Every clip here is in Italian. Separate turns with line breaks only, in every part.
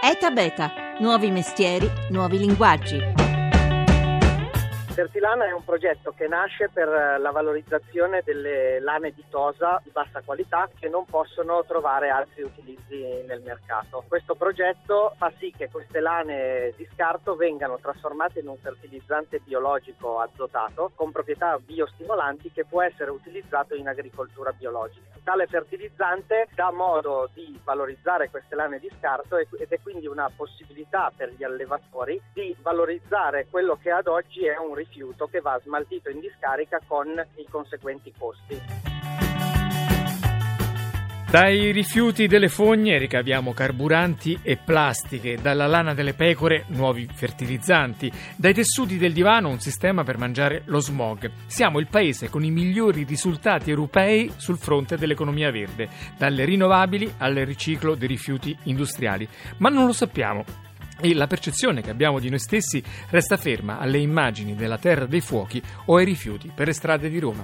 ETA Beta, nuovi mestieri, nuovi linguaggi.
Fertilana è un progetto che nasce per la valorizzazione delle lane di tosa di bassa qualità che non possono trovare altri utilizzi nel mercato. Questo progetto fa sì che queste lane di scarto vengano trasformate in un fertilizzante biologico azotato con proprietà biostimolanti che può essere utilizzato in agricoltura biologica. Tale fertilizzante dà modo di valorizzare queste lane di scarto ed è quindi una possibilità per gli allevatori di valorizzare quello che ad oggi è un rifiuto che va smaltito in discarica con i conseguenti costi.
Dai rifiuti delle fogne ricaviamo carburanti e plastiche, dalla lana delle pecore nuovi fertilizzanti, dai tessuti del divano un sistema per mangiare lo smog. Siamo il paese con i migliori risultati europei sul fronte dell'economia verde, dalle rinnovabili al riciclo dei rifiuti industriali. Ma non lo sappiamo. E la percezione che abbiamo di noi stessi resta ferma alle immagini della terra dei fuochi o ai rifiuti per le strade di Roma.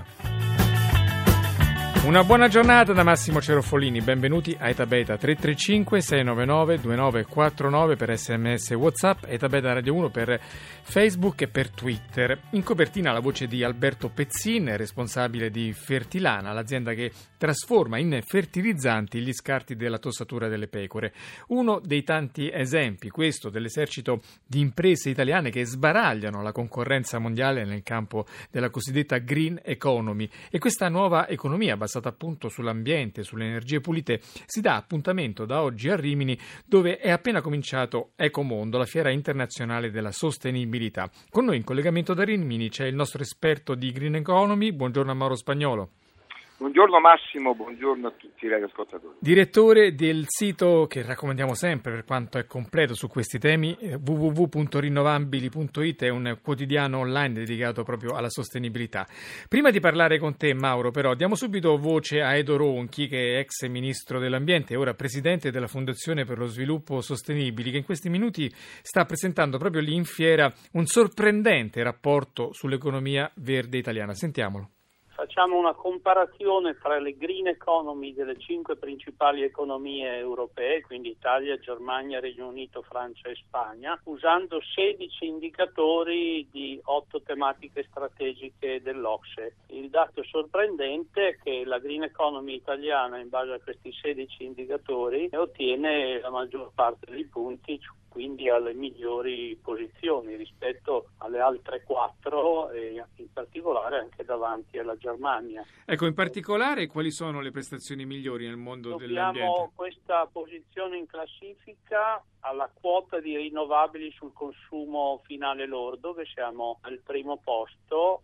Una buona giornata da Massimo Cerofolini, benvenuti a ETA Beta 335 699 2949 per sms e WhatsApp, ETA Beta Radio 1 per Facebook e per Twitter. In copertina la voce di Alberto Pezzin, responsabile di Fertilana, l'azienda che trasforma in fertilizzanti gli scarti della tossatura delle pecore. Uno dei tanti esempi, questo, dell'esercito di imprese italiane che sbaragliano la concorrenza mondiale nel campo della cosiddetta green economy. E questa nuova economia basata appunto sull'ambiente, sulle energie pulite, si dà appuntamento da oggi a Rimini, dove è appena cominciato Ecomondo, la fiera internazionale della sostenibilità. Con noi in collegamento da Rimini c'è il nostro esperto di Green Economy. Buongiorno a Mauro Spagnolo.
Buongiorno Massimo, buongiorno a tutti i radioascoltatori.
Direttore del sito che raccomandiamo sempre per quanto è completo su questi temi, www.rinnovabili.it, è un quotidiano online dedicato proprio alla sostenibilità. Prima di parlare con te, Mauro, però, diamo subito voce a Edo Ronchi, che è ex ministro dell'Ambiente e ora presidente della Fondazione per lo Sviluppo Sostenibili, che in questi minuti sta presentando proprio lì in fiera un sorprendente rapporto sull'economia verde italiana. Sentiamolo.
Facciamo una comparazione tra le green economy delle 5 principali economie europee, quindi Italia, Germania, Regno Unito, Francia e Spagna, usando 16 indicatori di 8 tematiche strategiche dell'OCSE. Il dato sorprendente è che la green economy italiana, in base a questi 16 indicatori, ottiene la maggior parte dei punti, quindi alle migliori posizioni rispetto alle altre 4 e in particolare anche davanti alla Germania.
Ecco, in particolare quali sono le prestazioni migliori nel mondo dell'ambiente?
Dobbiamo questa posizione in classifica alla quota di rinnovabili sul consumo finale lordo, che siamo al primo posto,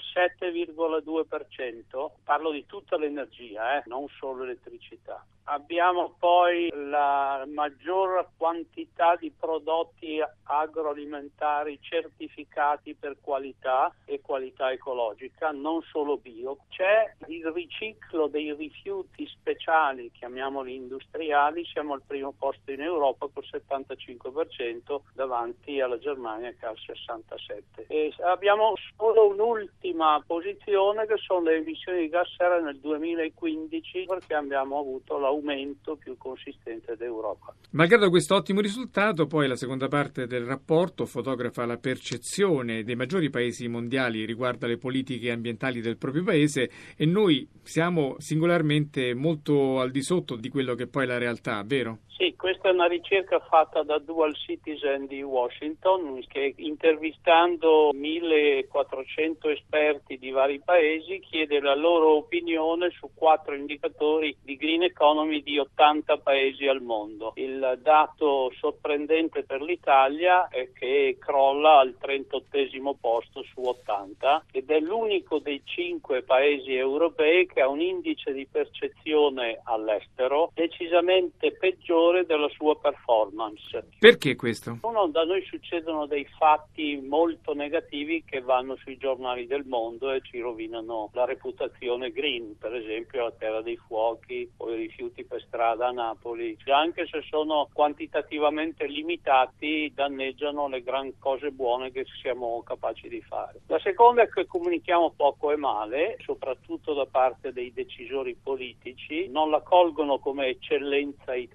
17,2%. Parlo di tutta l'energia, non solo elettricità. Abbiamo poi la maggior quantità di prodotti agroalimentari certificati per qualità e qualità ecologica, non solo bio. C'è il riciclo dei rifiuti speciali, chiamiamoli industriali, siamo al primo posto in Europa col 75% davanti alla Germania che ha il 67%. E abbiamo solo un'ultima posizione che sono le emissioni di gas serra nel 2015, perché abbiamo avuto l'aumento più consistente d'Europa.
Malgrado questo ottimo risultato, poi la seconda parte del rapporto fotografa la percezione dei maggiori paesi mondiali riguardo alle politiche ambientali del proprio paese e noi siamo singolarmente molto al di sotto di quello che poi è la realtà, vero?
Sì, questa è una ricerca fatta da Dual Citizen di Washington che, intervistando 1400 esperti di vari paesi, chiede la loro opinione su 4 indicatori di green economy di 80 paesi al mondo. Il dato sorprendente per l'Italia è che crolla al 38° posto su 80 ed è l'unico dei 5 paesi europei che ha un indice di percezione all'estero decisamente peggiore della sua performance.
Perché questo?
Da noi succedono dei fatti molto negativi che vanno sui giornali del mondo e ci rovinano la reputazione green, per esempio la Terra dei Fuochi o i rifiuti per strada a Napoli. Anche se sono quantitativamente limitati, danneggiano le gran cose buone che siamo capaci di fare. La seconda è che comunichiamo poco e male, soprattutto da parte dei decisori politici, non la colgono come eccellenza italiana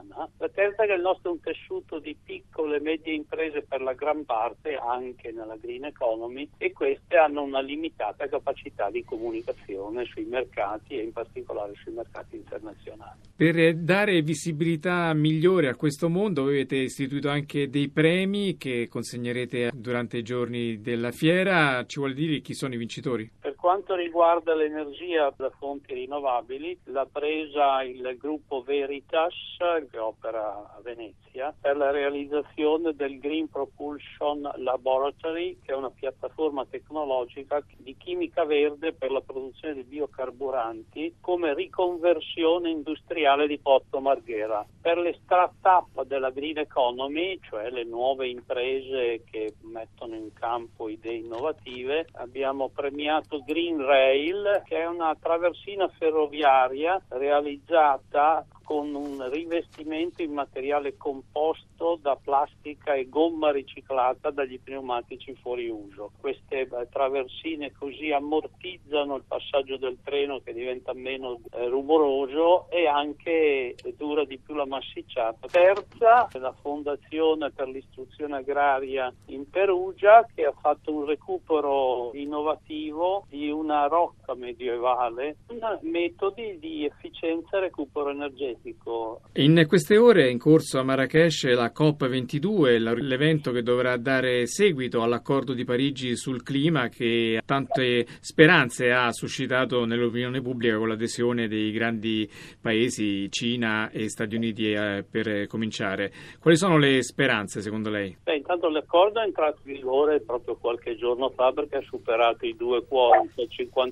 italiana. La terza è che il nostro è un tessuto di piccole e medie imprese per la gran parte, anche nella green economy, e queste hanno una limitata capacità di comunicazione sui mercati e in particolare sui mercati internazionali.
Per dare visibilità migliore a questo mondo avete istituito anche dei premi che consegnerete durante i giorni della fiera. Ci vuole dire chi sono i vincitori?
Per quanto riguarda l'energia da fonti rinnovabili, l'ha presa il gruppo Veritas, che opera a Venezia, per la realizzazione del Green Propulsion Laboratory, che è una piattaforma tecnologica di chimica verde per la produzione di biocarburanti come riconversione industriale di Porto Marghera. Per le start-up della green economy, cioè le nuove imprese che mettono in campo idee innovative, abbiamo premiato Green Rail, che è una traversina ferroviaria realizzata con un rivestimento in materiale composto da plastica e gomma riciclata dagli pneumatici fuori uso. Queste traversine così ammortizzano il passaggio del treno, che diventa meno rumoroso, e anche dura di più la massicciata. Terza, la Fondazione per l'Istruzione Agraria in Perugia, che ha fatto un recupero innovativo di una rocca medievale, metodi di efficienza e recupero energetico.
In queste ore è in corso a Marrakech la COP22, l'evento che dovrà dare seguito all'accordo di Parigi sul clima, che tante speranze ha suscitato nell'opinione pubblica con l'adesione dei grandi paesi, Cina e Stati Uniti, per cominciare. Quali sono le speranze secondo lei?
Intanto l'accordo è entrato in vigore proprio qualche giorno fa, perché ha superato i 2 quorum, il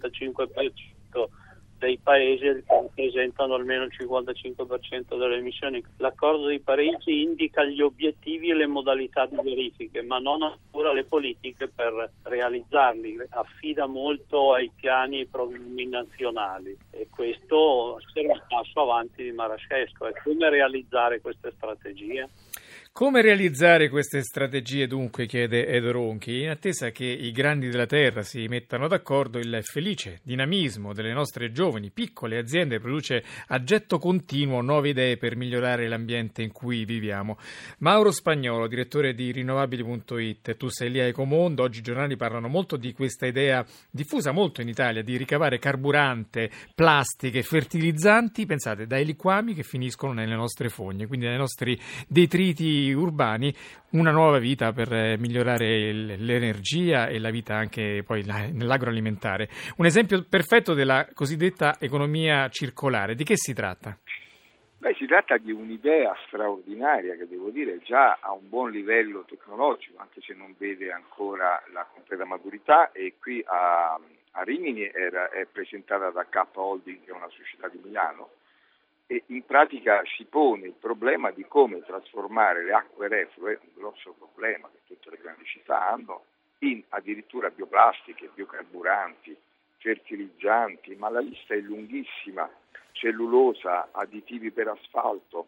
55% dei paesi che rappresentano almeno il 55% delle emissioni. L'accordo di Parigi indica gli obiettivi e le modalità di verifiche, ma non ancora le politiche per realizzarli. Affida molto ai piani e ai programmi nazionali, e questo sarà un passo avanti di Marrakech. Come realizzare queste strategie?
Come realizzare queste strategie, dunque, chiede Edo Ronchi. In attesa che i grandi della terra si mettano d'accordo, il felice dinamismo delle nostre giovani piccole aziende produce a getto continuo nuove idee per migliorare l'ambiente in cui viviamo. Mauro Spagnolo, direttore di Rinnovabili.it, tu sei lì a Ecomondo. Oggi i giornali parlano molto di questa idea diffusa molto in Italia di ricavare carburante, plastiche, fertilizzanti, pensate, dai liquami che finiscono nelle nostre fogne, quindi nei nostri detriti urbani, una nuova vita per migliorare l'energia e la vita anche poi nell'agroalimentare. Un esempio perfetto della cosiddetta economia circolare. Di che si tratta?
Si tratta di un'idea straordinaria che, devo dire, già ha un buon livello tecnologico, anche se non vede ancora la completa maturità, e qui a Rimini è presentata da K Holding, che è una società di Milano, e in pratica si pone il problema di come trasformare le acque reflue, un grosso problema che tutte le grandi città hanno, in addirittura bioplastiche, biocarburanti, fertilizzanti, ma la lista è lunghissima, cellulosa, additivi per asfalto,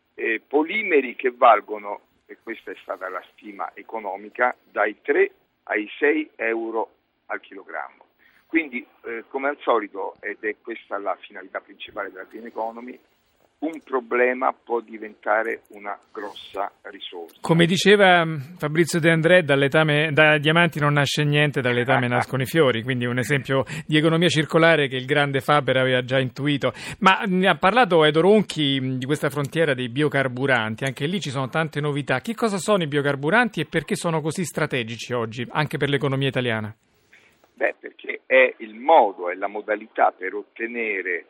polimeri che valgono, e questa è stata la stima economica, dai 3 ai 6 euro al chilogrammo. Quindi, come al solito, ed è questa la finalità principale della green economy, un problema può diventare una grossa risorsa.
Come diceva Fabrizio De André, da diamanti non nasce niente, dalle letame nascono i fiori, quindi un esempio di economia circolare che il grande Faber aveva già intuito. Ma ne ha parlato Edo Ronchi di questa frontiera dei biocarburanti, anche lì ci sono tante novità. Che cosa sono i biocarburanti e perché sono così strategici oggi, anche per l'economia italiana?
Perché è il modo, è la modalità per ottenere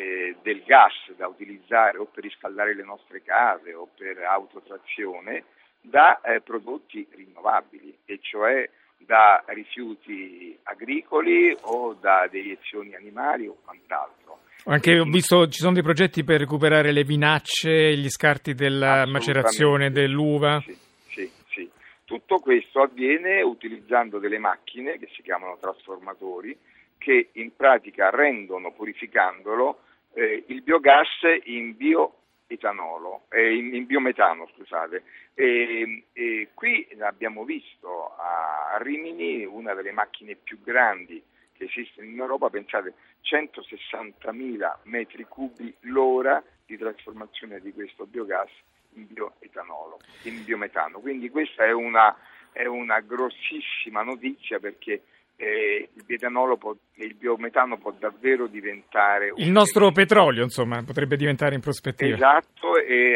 del gas da utilizzare o per riscaldare le nostre case o per autotrazione da prodotti rinnovabili, e cioè da rifiuti agricoli o da deiezioni animali o quant'altro.
Anche ho visto ci sono dei progetti per recuperare le vinacce, gli scarti della macerazione dell'uva.
Sì. Tutto questo avviene utilizzando delle macchine che si chiamano trasformatori, che in pratica rendono, purificandolo, il biogas in bioetanolo, in biometano, scusate. E qui abbiamo visto a Rimini una delle macchine più grandi che esistono in Europa, pensate, 160.000 metri cubi l'ora di trasformazione di questo biogas in bioetanolo, in biometano. Quindi questa è una grossissima notizia, perché il bioetanolo il biometano può davvero diventare
il nostro petrolio, insomma, potrebbe diventare in prospettiva.
Esatto, e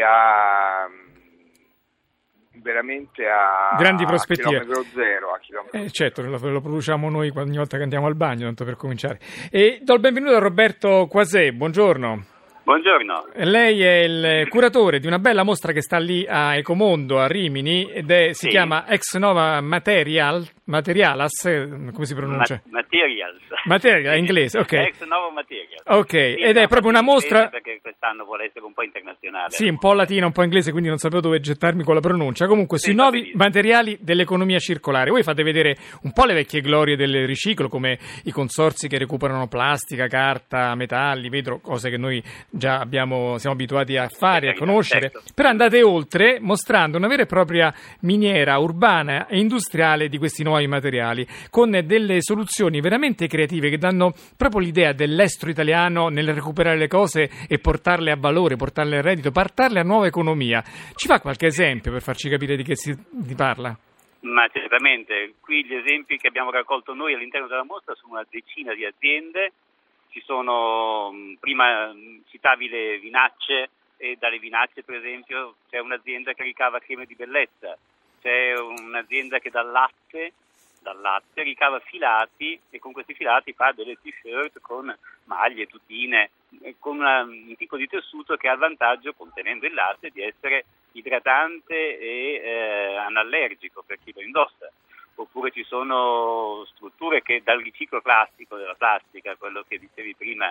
veramente a
grandi prospettive.
A chilometro zero.
Certo, lo produciamo noi ogni volta che andiamo al bagno, tanto per cominciare. E do il benvenuto a Roberto Quasè, buongiorno.
Buongiorno.
Lei è il curatore di una bella mostra che sta lì a Ecomondo, a Rimini, ed si chiama Ex Nova Materialas, come si pronuncia? Material, inglese, ok.
Ex Nova Materials.
Ok, sì, ed è proprio una mostra...
Perché quest'anno vuole essere un po' internazionale.
Sì, un po' latina, un po' inglese, quindi non sapevo dove gettarmi con la pronuncia. Comunque, sui nuovi materiali dell'economia circolare. Voi fate vedere un po' le vecchie glorie del riciclo, come i consorzi che recuperano plastica, carta, metalli, vetro, cose che noi già siamo abituati a fare, a conoscere.
Certo.
Però andate oltre, mostrando una vera e propria miniera urbana e industriale di questi nuovi materiali, con delle soluzioni veramente creative che danno proprio l'idea dell'estro italiano nel recuperare le cose e portarle a valore, portarle a reddito, portarle a nuova economia. Ci fa qualche esempio per farci capire di che si parla?
Ma certamente, qui gli esempi che abbiamo raccolto noi all'interno della mostra sono una decina di aziende. Ci sono, prima citavi le vinacce, e dalle vinacce per esempio c'è un'azienda che ricava creme di bellezza, c'è un'azienda che dal latte ricava filati, e con questi filati fa delle t-shirt con maglie, tutine, con un tipo di tessuto che ha il vantaggio, contenendo il latte, di essere idratante e anallergico per chi lo indossa. Oppure ci sono strutture che dal riciclo classico della plastica, quello che dicevi prima,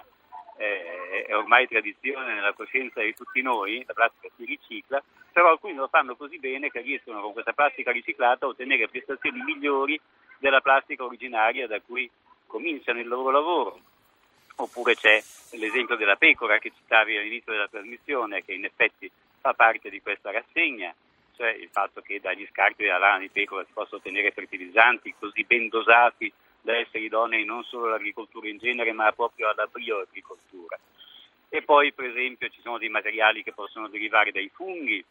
è ormai tradizione nella coscienza di tutti noi, la plastica si ricicla, però alcuni lo fanno così bene che riescono con questa plastica riciclata a ottenere prestazioni migliori della plastica originaria da cui cominciano il loro lavoro. Oppure c'è l'esempio della pecora che citavi all'inizio della trasmissione, che in effetti fa parte di questa rassegna, cioè il fatto che dagli scarti della lana di pecora si possono ottenere fertilizzanti così ben dosati da essere idonei non solo all'agricoltura in genere, ma proprio alla bioagricoltura. E poi per esempio ci sono dei materiali che possono derivare dai funghi,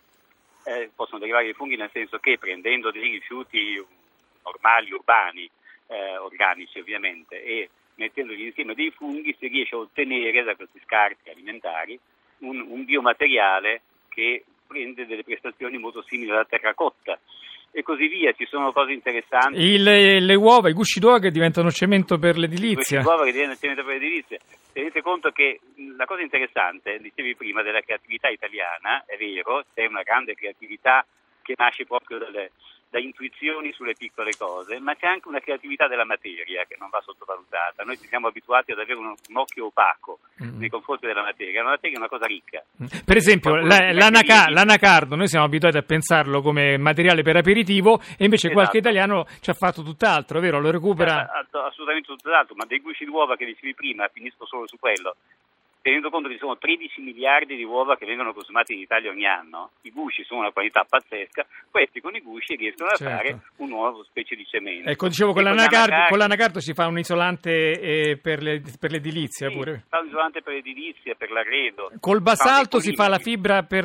nel senso che prendendo dei rifiuti normali, urbani, organici ovviamente, e mettendogli insieme dei funghi si riesce a ottenere da questi scarti alimentari un biomateriale che prende delle prestazioni molto simili alla terracotta e così via. Ci sono cose interessanti.
Le uova, i gusci d'uova che diventano cemento per l'edilizia.
I gusci d'uova che diventano cemento per l'edilizia. Tenete conto che la cosa interessante, dicevi prima, della creatività italiana, è vero, c'è una grande creatività che nasce proprio da intuizioni sulle piccole cose, ma c'è anche una creatività della materia che non va sottovalutata. Noi ci siamo abituati ad avere un occhio opaco nei confronti della materia. La materia è una cosa ricca.
Per esempio, l'anacardo, noi siamo abituati a pensarlo come materiale per aperitivo e invece qualche italiano ci ha fatto tutt'altro, vero? Lo recupera?
Assolutamente tutt'altro, ma dei gusci d'uova che dicevi prima, finisco solo su quello. Tenendo conto che ci sono 13 miliardi di uova che vengono consumate in Italia ogni anno, i gusci sono una qualità pazzesca, questi con i gusci riescono a fare un nuovo specie di cemento.
Ecco, dicevo, con l'anacardo si fa un isolante per l'edilizia pure.
Fa un isolante per l'edilizia, per l'arredo.
Col basalto si fa la fibra per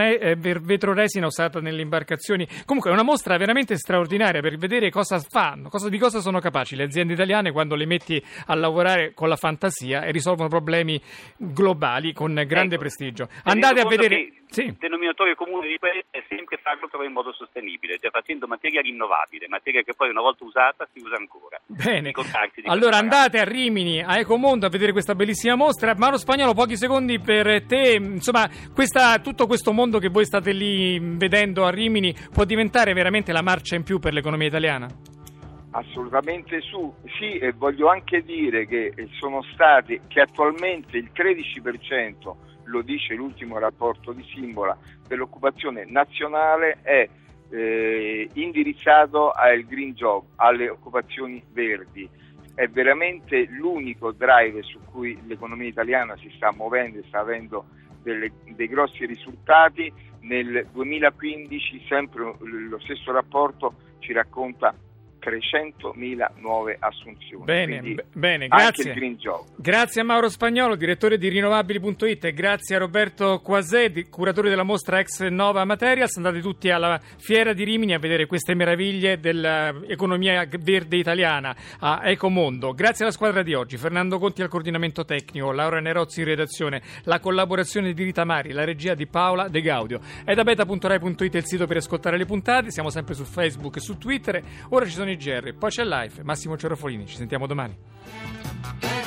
vetroresina usata nelle imbarcazioni. Comunque è una mostra veramente straordinaria per vedere cosa fanno, di cosa sono capaci le aziende italiane quando le metti a lavorare con la fantasia e risolvono problemi globali con grande prestigio. Andate a vedere.
Il denominatore comune di questo è sempre farlo però in modo sostenibile, cioè facendo materia rinnovabile, materia che poi una volta usata si usa ancora.
Bene, allora andate a Rimini, a Ecomondo, a vedere questa bellissima mostra. Mauro Spagnolo, pochi secondi per te, insomma, tutto questo mondo che voi state lì vedendo a Rimini può diventare veramente la marcia in più per l'economia italiana?
Assolutamente sì, e voglio anche dire che attualmente il 13%, lo dice l'ultimo rapporto di Simbola, dell'occupazione nazionale è indirizzato al green job, alle occupazioni verdi. È veramente l'unico drive su cui l'economia italiana si sta muovendo e sta avendo dei grossi risultati. Nel 2015 sempre lo stesso rapporto ci racconta 300.000 nuove assunzioni.
Bene,
anche
grazie.
il Green Job.
Grazie a Mauro Spagnolo, direttore di Rinnovabili.it, e grazie a Roberto Quasè, curatore della mostra Ex Nova Materials. Andate tutti alla fiera di Rimini a vedere queste meraviglie dell'economia verde italiana a Ecomondo. Grazie alla squadra di oggi, Fernando Conti al coordinamento tecnico, Laura Nerozzi in redazione, la collaborazione di Rita Mari, la regia di Paola De Gaudio. Etabeta.rai.it è il sito per ascoltare le puntate, siamo sempre su Facebook e su Twitter. Ora ci sono i GR, poi c'è Live. Massimo Cerofolini, ci sentiamo domani.